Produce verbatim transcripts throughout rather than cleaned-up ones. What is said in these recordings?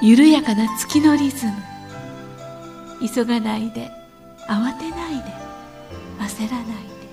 緩やかな月のリズム。急がないで、慌てないで、焦らないで、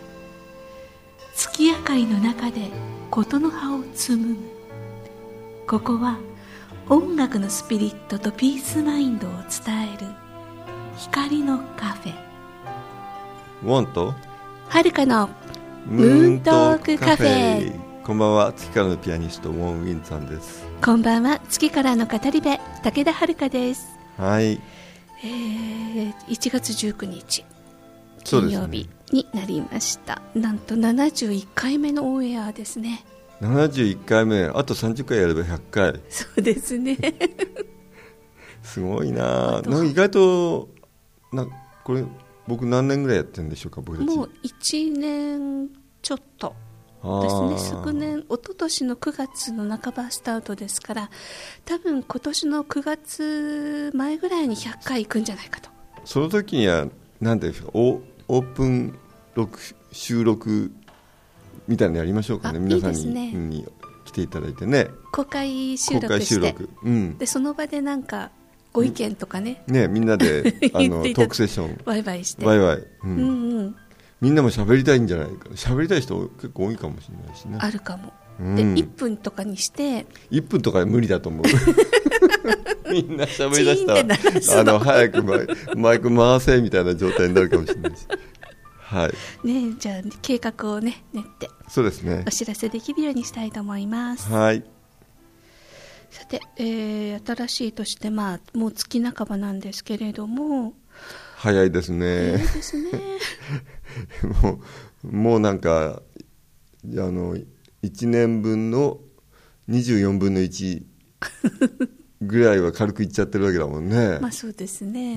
月明かりの中でことの葉を紡ぐ。ここは音楽のスピリットとピースマインドを伝える光のカフェ。 ウォンとはるかのムーントークカフェ。 こんばんは、月からのピアニストウォン・ウィンさんです。 こんばんは、月からの語り部武田遥です。 はい、 えー、いちがつじゅうくにち金曜日になりました、ね、なんとななじゅういっかいめのオンエアですね。 ななじゅういっかいめ、あとさんじゅっかいやればひゃっかい。 そうですねすごいな。なんか意外とな、これ僕何年ぐらいやってるんでしょうか。僕たちもういちねんちょっとですね。昨年、一昨年のくがつの半ばスタートですから、多分今年のくがつまえぐらいにひゃっかい行くんじゃないかと。 その時には何ていうんですか、オープン録収録みたいなのやりましょうかね。皆さん に, いい、ね、に来ていただいてね、 公開収録して、公開収録、うん、でその場でなんかご意見とか ね, ねみんなであのトークセッションワイワイしてワイワイ、うんうんうん、 みんなも喋りたいんじゃないか。喋りたい人結構多いかもしれないしね。 あるかも、 うん、 でいっぷんとかにしていっぷんとかは無理だと思うみんな喋りだしたらあの早くマイ、マイク回せみたいな状態になるかもしれないしはいね、じゃあ計画を、ね、練ってそうですね、 お知らせできるようにしたいと思います。 はい。 さて、えー、新しい年で、まあ、もう月半ばなんですけれども、 早いですね。 早いですねもう、もうなんかあのいちねんぶんのにじゅうよんぶんのいちぐらいは軽くいっちゃってるわけだもんね。 まあそうですね。 うん、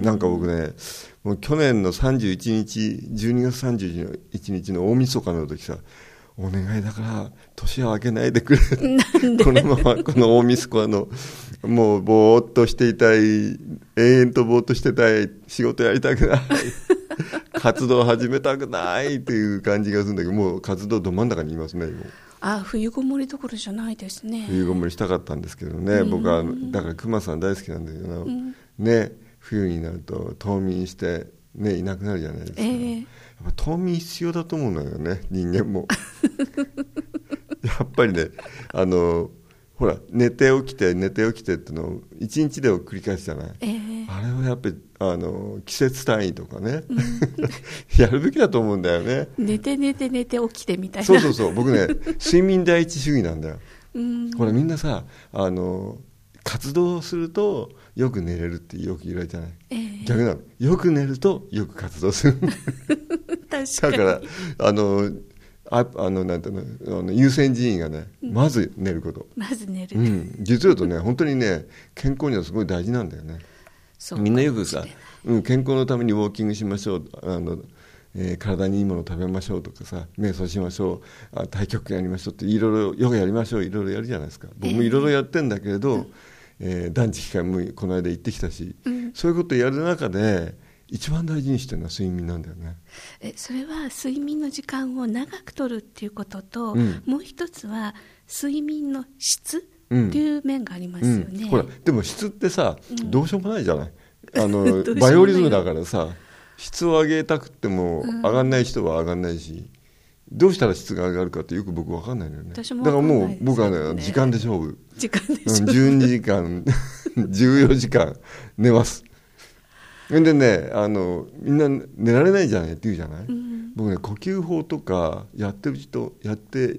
なんか僕ね、もう去年のさんじゅういちにち、じゅうにがつさんじゅういちにちの大晦日の時さ、お願いだから年は明けないでくれこのままこの大晦日のもうぼーっとしていたい、永遠とぼーっとしてたい、仕事やりたくない活動始めたくないっていう感じがするんだけど、もう活動ど真ん中にいますね今。 あ、冬ごもりどころじゃないですね。 冬ごもりしたかったんですけどね、僕はだから熊さん大好きなんだけど、うん、ね、冬になると冬眠して、ね、いなくなるじゃないですか、えー、やっぱ冬眠必要だと思うのよね、人間もやっぱりね、あのほら寝て起きて寝て起きてってのを一日でを繰り返すじゃない、えー、あれはやっぱりあの季節単位とかね、うん、やるべきだと思うんだよね。 寝て寝て寝て起きてみたいな。 そうそうそう、僕ね睡眠第一主義なんだよ。 うん、 これみんなさ、あの活動するとよく寝れるってよく言われるじゃない、えー、逆なの、よく寝るとよく活動する確かに。 だからあのああのなんていうの、あの優先順位がね、うん、まず寝ること、 まず寝る、 うん、実は言うとね本当にね健康にはすごい大事なんだよね。みんなよくさ、うん、健康のためにウォーキングしましょう、あの、えー、体にいいものを食べましょうとかさ、瞑想しましょう、あ太極拳やりましょうっていろいろヨガやりましょういろいろやるじゃないですか。僕もいろいろやってんだけれど、えーえー、断食期間もこの間行ってきたし、うん、そういうことをやる中で一番大事にしてるのは睡眠なんだよね。 えそれは睡眠の時間を長くとるっていうことと、うん、もう一つは睡眠の質っていう面がありますよね、うんうん、 ほらでも質ってさ、うん、どうしようもないじゃない、あのバイオリズムだからさ、質を上げたくっても上がんない人は上がんないし、うん、どうしたら質が上がるかってよく僕分かんないのよね。 私も分かんないですよね。だからもうね、 僕はね時間で勝負。 時間で勝負、 じゅうにじかんじゅうよじかん寝ます。でね、あのみんな寝られないじゃないって言うじゃない、うん、僕ね呼吸法とかやってる人やって、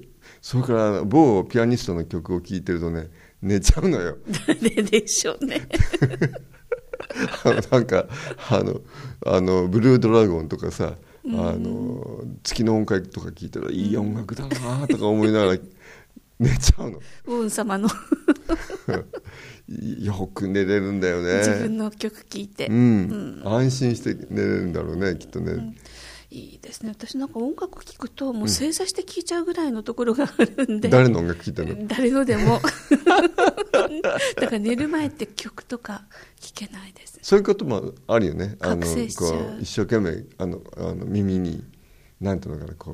それから某ピアニストの曲を聴いてるとね寝ちゃうのよ。 誰でしょうねなんかあのあのブルードラゴンとかさ、あの月の音階とか聞いたらいい音楽だなとか思いながら寝ちゃうの。 ウォン様のよく寝れるんだよね。 自分の曲聴いて、 うんうん、安心して寝れるんだろうねきっとね、うん、 いいですね。私なんか音楽聴くともう正座して聴いちゃうぐらいのところがあるんで、 うん、誰の音楽聴いたの？ 誰のでもだから寝る前って曲とか聴けないです。 そういうこともあるよね。 覚醒しちゃう。 あのこう一生懸命あのあの耳になんていうのかな、こ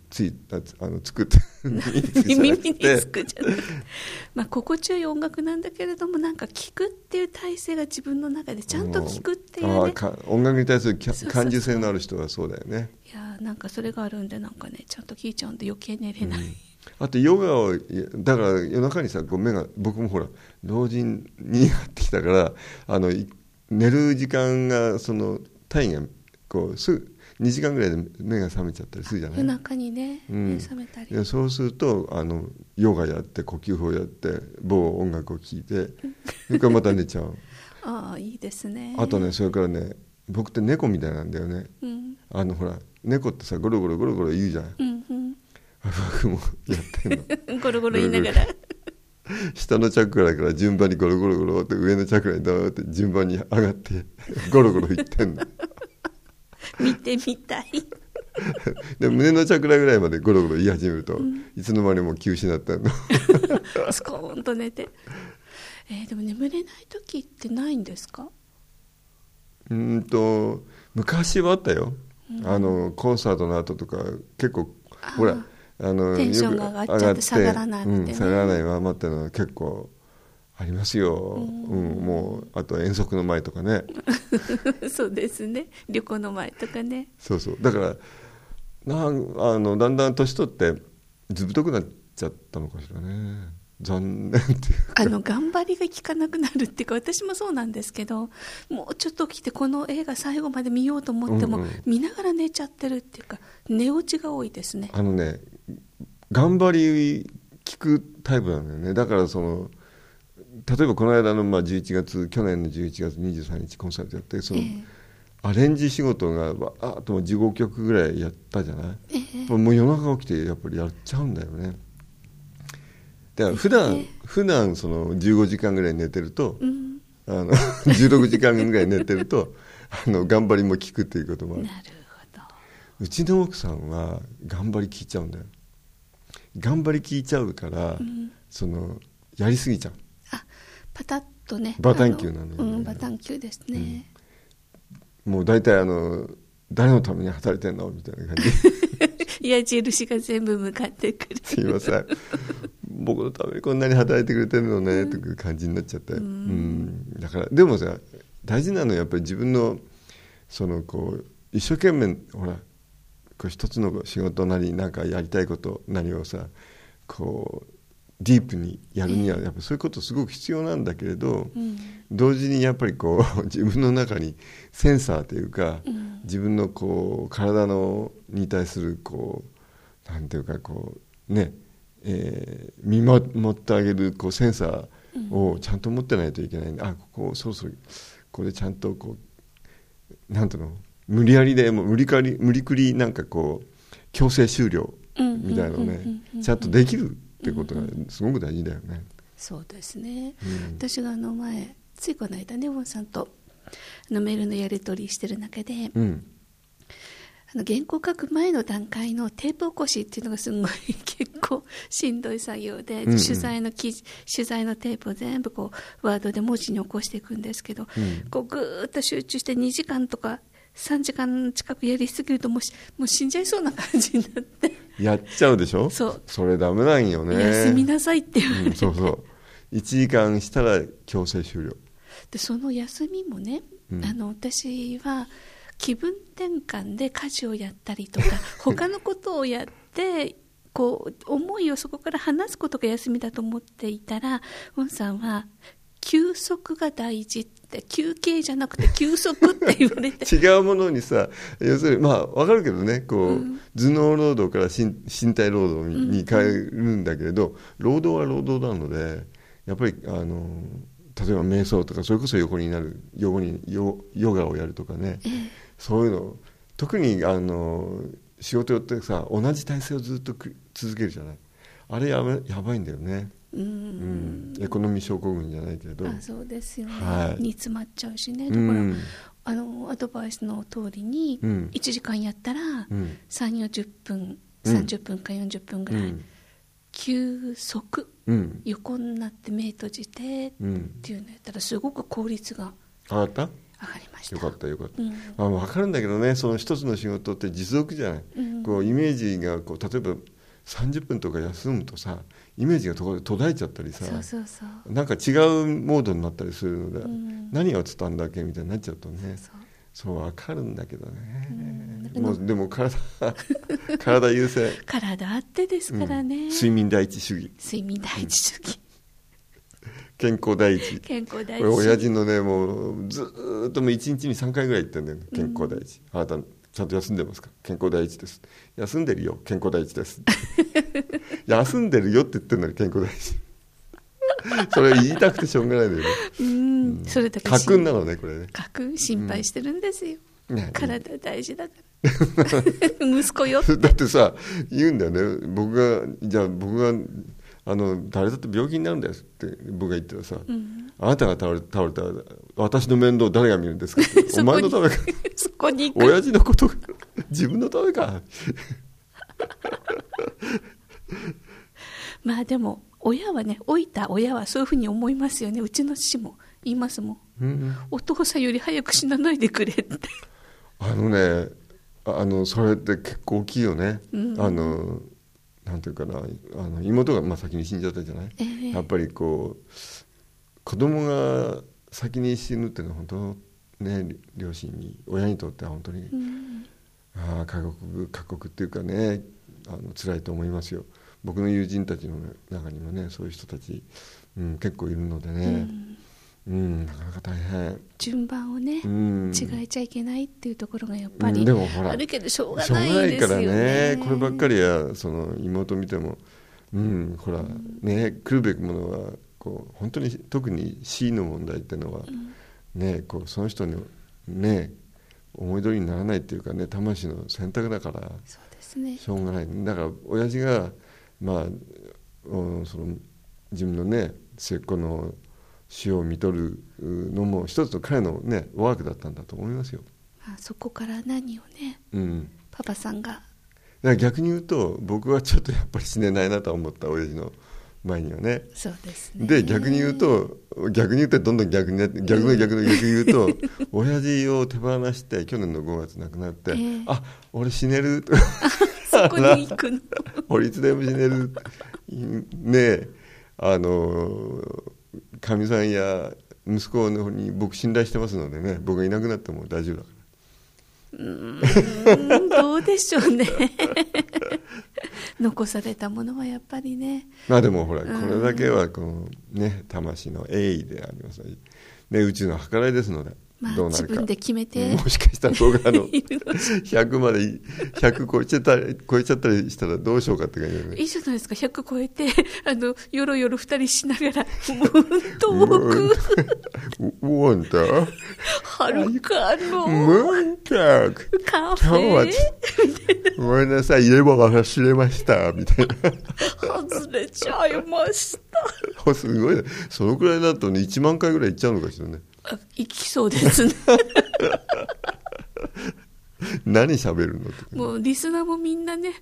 ついたあのつくって耳につくじゃないまあ心地よい音楽なんだけれども、なんか聴くっていう体制が自分の中でちゃんと聴くっていうね、 あか音楽に対する感受性のある人はそうだよね。 いやなんかそれがあるんで、なんかねちゃんと聴いちゃうんで余計寝れない、うん、 あとヨガをだから夜中にさこう目が僕もほら老人になってきたからあの寝る時間がその単位がこうすぐにじかんぐらいで目が覚めちゃったりするじゃない。 夜中にね、うん、目覚めたり。 いやそうするとあのヨガやって呼吸法やって某音楽を聴いてそれからまた寝ちゃうああいいですね。 あとねそれからね僕って猫みたいなんだよね、うん、あのほら猫ってさゴロゴロゴロゴロ言うじゃん、うんうん、僕もやってんのゴロゴロ言いながら下のチャクラから順番にゴロゴロゴロって上のチャクラにドーって順番に上がってゴロゴロ言ってんの見てみたいで胸のチャクラぐらいまでゴロゴロ言い始めると、うん、いつの間にも気失ったのスコーンと寝て、えー、でも眠れない時ってないんですか？ うんと昔はあったよ、うん、あのコンサートの後とか結構ほらあのテンションが上がっちゃって下がらないってね、 うん、下がらないままってのは結構ありますよ、うんうん、もうあと遠足の前とかねそうですね、旅行の前とかね。 そうそうだからなんあのだんだん年取ってずぶとくなっちゃったのかしらね。残念っていうかあの頑張りが効かなくなるっていうか、私もそうなんですけど、もうちょっと起きてこの映画最後まで見ようと思っても、うんうん、見ながら寝ちゃってるっていうか寝落ちが多いですね。 あのね頑張り効くタイプなんだよね。だからその例えばこの間のまあじゅういちがつ去年のじゅういちがつにじゅうさんにちコンサートやってその、えー、アレンジ仕事がわーっとじゅうごきょくぐらいやったじゃない、えー、もう夜中起きてやっぱりやっちゃうんだよね。だから普段、えー、普段そのじゅうごじかんぐらい寝てると、うん、あのじゅうろくじかんぐらい寝てるとあの頑張りも効くっていうこともある。 なるほど。 うちの奥さんは頑張り効いちゃうんだよ。頑張り効いちゃうから、うん、そのやりすぎちゃう。 あパタッとねバタンキューなのよ、ね、 うん、バタンキューですね、 うん、もう大体あの誰のために働いてんのみたいな感じ矢印が全部向かってくるすいません僕のためにこんなに働いてくれてるのね、うん、という感じになっちゃって、うんうん、だからでもさ大事なのはやっぱり自分のそのこう一生懸命ほらこう一つの仕事なりなんかやりたいことなりをさこうディープにやるにはやっぱそういうことすごく必要なんだけれど、うん、同時にやっぱりこう自分の中にセンサーというか、うん、自分のこう体のに対するこうなんていうかこうね、えー、見守ってあげるこうセンサーをちゃんと持ってないといけないんで、うん、あここそろそろこれちゃんとこうなんていうの無理やりでも無理かり無理くりなんかこう強制終了みたいなのねちゃんとできるってことがすごく大事だよね、うんうん、 そうですね、うん、私があの前ついこの間ねウォンさんとあのメールのやり取りしてる中で、うん、あの原稿書く前の段階のテープ起こしっていうのがすごい結構しんどい作業で、うんうん、取材の記事取材のテープを全部こうワードで文字に起こしていくんですけど、うん、こうぐーっと集中してにじかんとかさんじかん近くやりすぎるともう、もう死んじゃいそうな感じになってやっちゃうでしょ。そうそれダメなんよね。 休みなさいって言われて、うん、 そうそういちじかんしたら強制終了で、その休みもね、うん、あの私は気分転換で家事をやったりとか他のことをやってこう思いをそこから話すことが休みだと思っていたら、ウォンさんは休息が大事って休憩じゃなくて休息って言われて違うものにさ、要するにまあ分かるけどねこう、うん、頭脳労働から身、身体労働に変えるんだけれど、うん、労働は労働なのでやっぱりあの例えば瞑想とかそれこそ横になる横に ヨ, ヨガをやるとかね、ええ、そういうの特にあの仕事やってさ同じ体勢をずっと続けるじゃない、あれやば、やばいんだよね。うん、うん、エコノミー症候群じゃないけど、 あそうですよね、はい、煮詰まっちゃうしね。だから、うん、あのアドバイスの通りにいちじかんやったら、うん、さんじゅうよんじゅっぷんさんじゅっぷんかよんじゅっぷんぐらい、うん、休息、うん、横になって目閉じてっていうのやったらすごく効率が上がった上がりました。 よかったよかった、 うんまあ、分かるんだけどね、その一つの仕事って持続じゃない、うん、こうイメージがこう例えばさんじゅっぷんとか休むとさ、イメージが途絶えちゃったりさ、 そうそうそう、 なんか違うモードになったりするので、うん、何が映ったんだっけみたいになっちゃうとね、そうそう分かるんだけどね、うん、もうでも体体優先体あってですからね、うん、 睡眠第一主義睡眠第一主義、 健康第一、 健康第一、 これ親父のね、もうずーっともういちにちにさんかいぐらい言ってんだよね、健康第一、うん、あなたちゃんと休んでますか、健康第一です、休んでるよ、健康第一です休んでるよって言ってるのに健康第一それ言いたくてしょうがないんだよね。うん、うん、それだけ家訓なのね、これね。 家訓心配してるんですよ、うんね、体大事だから息子よってだってさ言うんだよね、僕がじゃあ僕があの誰だって病気になるんだよって僕が言ったらさ、うん、あなたが倒れ、倒れたら私の面倒誰が見るんですかお前のためかそこに行く親父のことが自分のためかまあでも親はね、老いた親はそういうふうに思いますよね。うちの父も言いますもん、うん、お父さんより早く死なないでくれってあのね、あのそれって結構大きいよね、うん、あのなんていうかな、あの妹がまあ先に死んじゃったじゃない、えー、やっぱりこう子供が先に死ぬっていうのは本当ね、両親に親にとっては本当に、うん、あ過酷過酷っていうかね、あの辛いと思いますよ。僕の友人たちの中にもね、そういう人たち、うん、結構いるのでね、うん、うん、なかなか大変。 順番をね、うん、違えちゃいけないっていうところがやっぱり、うん、でもほらあるけどしょうがないですよね。しょうがないからね、こればっかりはその妹見ても、うん、ほら、うん、ね、来るべきものはこう本当に特に死の問題っていうのは、うん、ね、こうその人にね思い通りにならないっていうかね、魂の選択だから、そうですね、しょうがない。だから親父がまあ、その自分のね末っ子の死を見とるのも一つの彼のねワークだったんだと思いますよ。 あそこから何をね、うん、パパさんが。だから逆に言うと僕はちょっとやっぱり死ねないなと思った、親父の前にはね。 そうですね。 で逆に言うと逆に言ってどんどん逆になって逆の逆の逆に言うと親父を手放して去年のごがつ亡くなって、えー、あ俺死ねるそこに行くの俺いつでも死ねるねえ、あのかみさんや息子の方に僕信頼してますのでね、僕がいなくなっても大丈夫だから。 うーんどうでしょうね残されたものはやっぱりね、 まあでもほらこれだけはこのね魂の栄誉でありますね、宇宙の計らいですので、 まあ、どうなるか自分で決めて、 もしかしたら僕があのひゃくまでひゃく超えちゃったり超えちゃったりしたらどうしようかって感じだね。 いいじゃないですか、ひゃく超えてあのよろよろ二人しながら遠くウォンタはるかのムーンタクカフェごめんなさい家も忘れましたみたいな外れちゃいましたすごいね、そのくらいだとねいちまんかいぐらい行っちゃうのかしらね。 行きそうですね何喋るのって、 もうリスナーもみんなね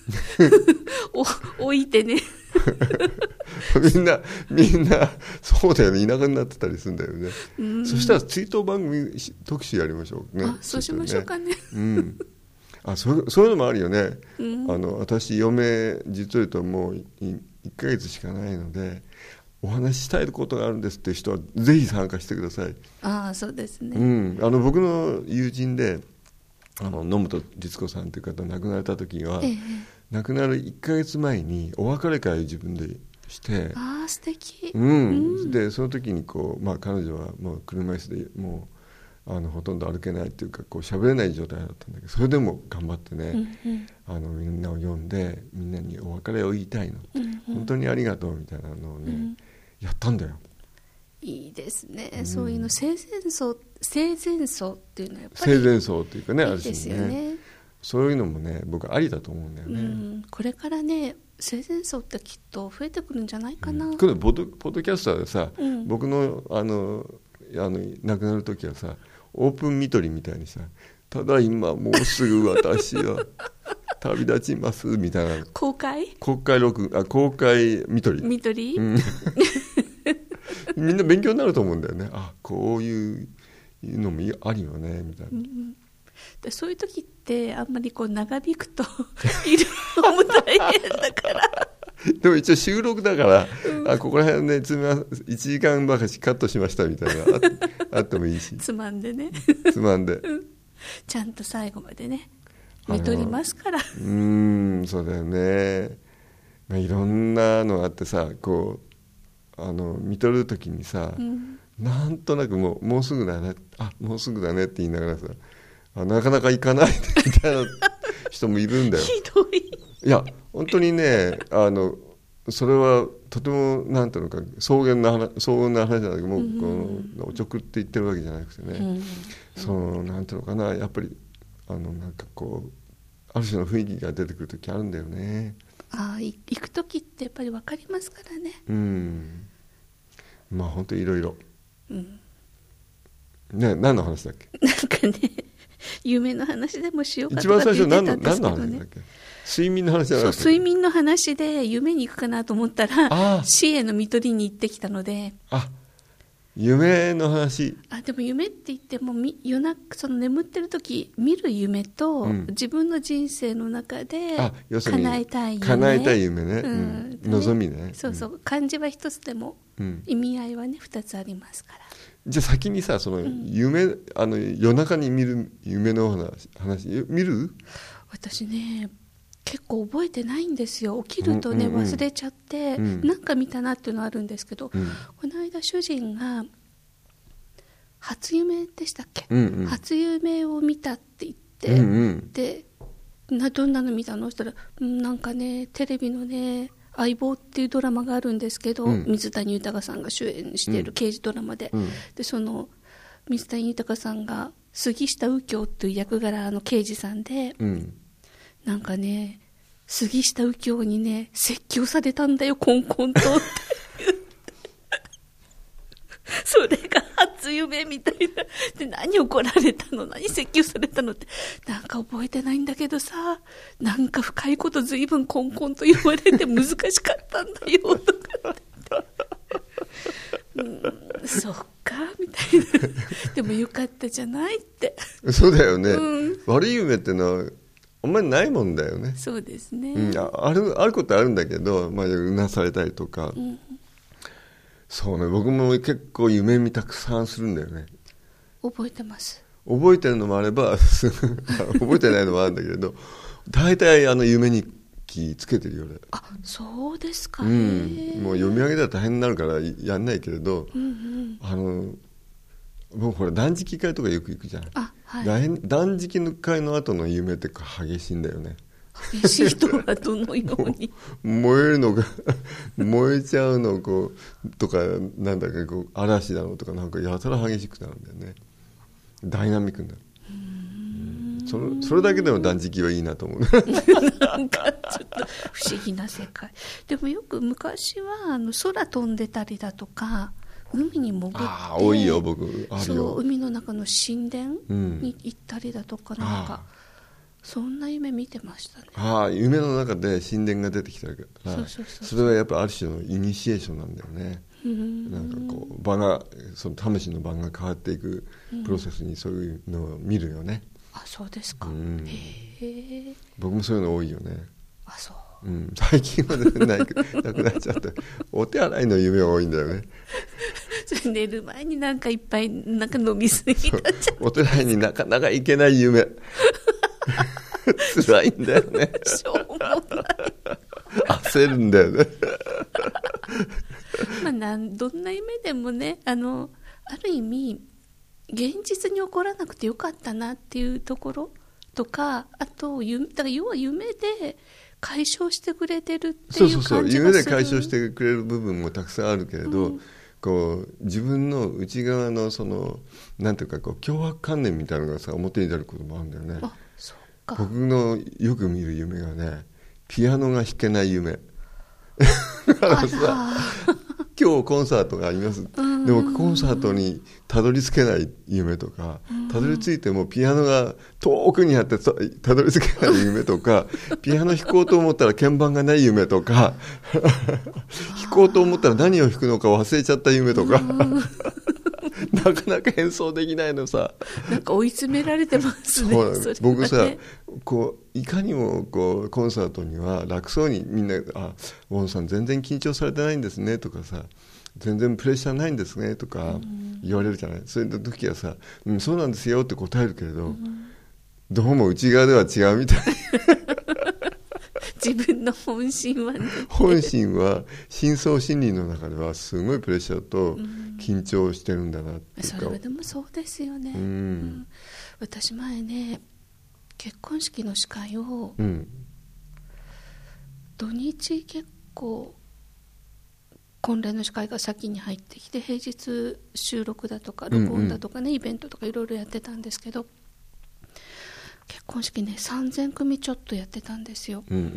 お置いてねみんなみんなそうだよね、田舎になってたりするんだよね。そしたら追悼番組特集やりましょうね。 あ、そうしましょうかね。 うん、あ、そう、そういうのもあるよね。うん、あの私嫁実を言うともういっかげつしかないのでお話ししたいことがあるんですっていう人はぜひ参加してください。 ああ、そうですね、 うん、あの僕の友人であの野本律子さんという方亡くなられた時は、ええ、亡くなるいっかげつまえにお別れ会を自分でして、 ああ素敵、 うんうん、でその時にこう、まあ、彼女はもう車椅子でもうあのほとんど歩けないっていうかこう喋れない状態だったんだけど、それでも頑張ってね、うんうん、あのみんなを呼んでみんなにお別れを言いたいの、うんうん、本当にありがとうみたいなのをね、うん、やったんだよ。 いいですね、うん、そういうの生前葬生前葬っていうのはやっぱり生前葬っていうかね、 いいですよね、 ある種ね、そういうのもね僕ありだと思うんだよね、 うん、これからね生前葬ってきっと増えてくるんじゃないかな、 うん、このポッド、ポッドキャスターでさ、うん、僕のあのあの亡くなる時はさオープン見取りみたいにさ、ただいまもうすぐ私は旅立ちますみたいな公開公開録あ公開見取り見取り、 うんみんな勉強になると思うんだよね。あ、こういういうのもあるよねみたいな、うん、 でそういう時ってあんまりこう長引くといるのも大変だからでも一応収録だから、うん、あここら辺ねつまいちじかんばかしカットしましたみたいな あ, あってもいいしつまんでねつまんで、 うん、ちゃんと最後までね見とりますから。うーんそうだよね、まあ、いろんなのあってさこうあの見とるときにさ、うん、なんとなくもう、もうすぐだねあもうすぐだねって言いながらさあなかなか行かないみたいな人もいるんだよひどい。 いや本当にねあのそれはとてもなんていうのか草原な話草原な話じゃなくてもう、うん、このおちょくって言ってるわけじゃなくてね、うん、そのなんていうのかなやっぱりあのなんかこうある種の雰囲気が出てくるときあるんだよね。 ああ行くときってやっぱり分かりますからね。 うんまあ本当にいろいろね何の話だっけ。 なんかね夢の話でもしようかとかって言ってたんですけどね。一番最初何の、何の話だっけ。睡眠の話じゃなかった。 そう睡眠の話で夢に行くかなと思ったら死への看取りに行ってきたので。 あ夢の話。 あでも夢って言っても夜中その眠ってる時見る夢と、うん、自分の人生の中で叶えたい夢叶えたい夢ね、うんうん、望みね。 そうそう、うん、漢字は一つでも意味合いはね二つありますから。 じゃあ先にさその夢、うん、あの夜中に見る夢の話、話見る？ 私ね結構覚えてないんですよ。起きるとね、うんうんうん、忘れちゃって、うん、なんか見たなっていうのはあるんですけど、うん、この間主人が初夢でしたっけ、うんうん、初夢を見たって言って、うんうん、でなどんなの見たのって言ったら、うん、なんかねテレビのね相棒っていうドラマがあるんですけど、うん、水谷豊さんが主演している刑事ドラマで、うん、でその水谷豊さんが杉下右京っていう役柄の刑事さんで、うん、なんかね杉下右京にね説教されたんだよコンコンとってそれが初夢みたいな。で何怒られたの何説教されたのってなんか覚えてないんだけどさなんか深いことずいぶんコンコンと言われて難しかったんだよとかってうんそっかみたいな。でもよかったじゃないって。 そうだよね、うん、悪い夢ってのはあんまりないもんだよね。 そうですね、 うん、ある、あることあるんだけど、まあ、うなされたりとか、うん、そうね僕も結構夢見たくさんするんだよね。 覚えてます。 覚えてるのもあれば覚えてないのもあるんだけれど大体あの夢日記つけてるよ俺。 あそうですか、 うん、もう読み上げたら大変になるからやんないけれど、うんうん、あのもうほら断食会とかよく行くじゃん。あ、はい、断食の会の後の夢って激しいんだよね。 激しいとはどのように燃えるのが燃えちゃうのこうとかなんだかこう嵐だのとかなんかやたら激しくなるんだよね。ダイナミックになる。うーんそのそれだけでも断食はいいなと思うなんかちょっと不思議な世界でもよく昔はあの空飛んでたりだとか海に潜ってあ多いよ僕あるよ。 そう海の中の神殿に行ったりだとか、うん、なんかそんな夢見てましたね。 ああ夢の中で神殿が出てきたから、そうそうそうそうそれはやっぱある種のイニシエーションなんだよね。うんなんかこう場がその魂の場が変わっていくプロセスにそういうのを見るよね。 うん、あそうですか、うん、へえ僕もそういうの多いよね。 あそううん、最近は、ね、なくなくなっちゃってお手洗いの夢が多いんだよね。 それ寝る前になんかいっぱいなんか飲みすぎちゃってお手洗いになかなか行けない夢辛いんだよね。 しょうもない焦るんだよねまあなんどんな夢でもね あのある意味現実に起こらなくてよかったなっていうところとかあとだから要は夢で解消してくれてるっていう感じがする。そうそうそう夢で解消してくれる部分もたくさんあるけれど、うん、こう自分の内側のそのなんていうかこう強迫観念みたいなのがさ表に出ることもあるんだよね。あそうか。僕のよく見る夢がねピアノが弾けない夢だからさ今日コンサートがあります、うん、でもコンサートにたどり着けない夢とか、うん、たどり着いてもピアノが遠くにあってたどり着けない夢とかピアノ弾こうと思ったら鍵盤がない夢とか弾こうと思ったら何を弾くのか忘れちゃった夢とかなかなか演奏できないのさ。 なんか追い詰められてますね。 そうそれ僕さこういかにもこうコンサートには楽そうにみんなあウォンさん全然緊張されてないんですねとかさ、全然プレッシャーないんですねとか言われるじゃない。そういう時はさ、うん、そうなんですよって答えるけれど、うん、どうも内側では違うみたい自分の本心はね本心は深層心理の中ではすごいプレッシャーと緊張してるんだなっていうか、 それはでもそうですよね、うんうん、私前ね結婚式の司会を、うん、土日結構婚礼の司会が先に入ってきて平日収録だとか録音だとかね、うんうん、イベントとかいろいろやってたんですけど、結婚式ねさんぜん組ちょっとやってたんですよ、うんうんうん、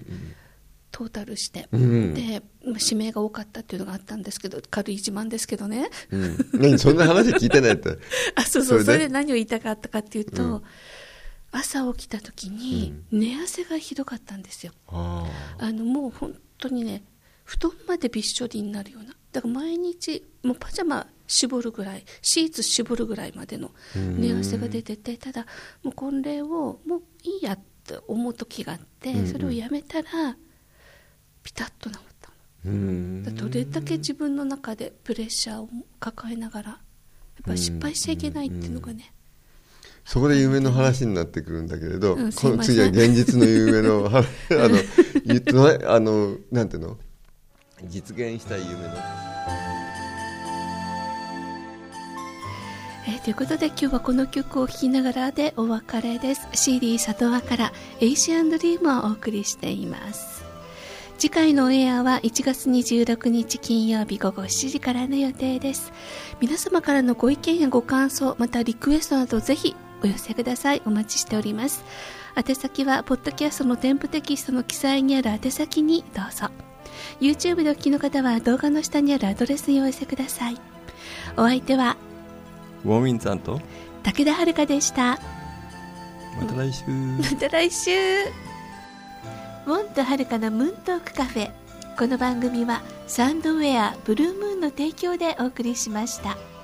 トータルして、うんうん、で指名が多かったっていうのがあったんですけど、軽い自慢ですけどね、 うん、何そんな話聞いてないってあそうそう、それで何を言いたかったかっていうと、うん、朝起きた時に寝汗がひどかったんですよ、うん、ああのもう本当にね布団までびっしょりになるような、だから毎日もうパジャマ絞るぐらい、シーツ絞るぐらいまでの寝汗が出てて、ただもう婚礼をもういいやって思う時があって、うんうん、それをやめたらピタッと治ったの。うんだどれだけ自分の中でプレッシャーを抱えながらやっぱ失敗しちゃいけないっていうのがね、 そこで夢の話になってくるんだけれど、うん、この次は現実の夢のあの言ってないあのなんていうの実現したい夢の、 えー、ということで今日はこの曲を聴きながらでお別れです。 シーディー 里和からエイシアンドリームをお送りしています。次回のオンエアはいちがつにじゅうろくにち金曜日ごごしちじからの予定です。皆様からのご意見やご感想、またリクエストなどぜひお寄せください。お待ちしております。宛先はポッドキャストの添付テキストの記載にある宛先にどうぞ。 YouTube でお聞きの方は動画の下にあるアドレスにお寄せください。お相手はウォーミンさんと武田遥でした。 また来週また来週。ウォンと遥のムーントークカフェ、この番組はサンドウェアブルームーンの提供でお送りしました。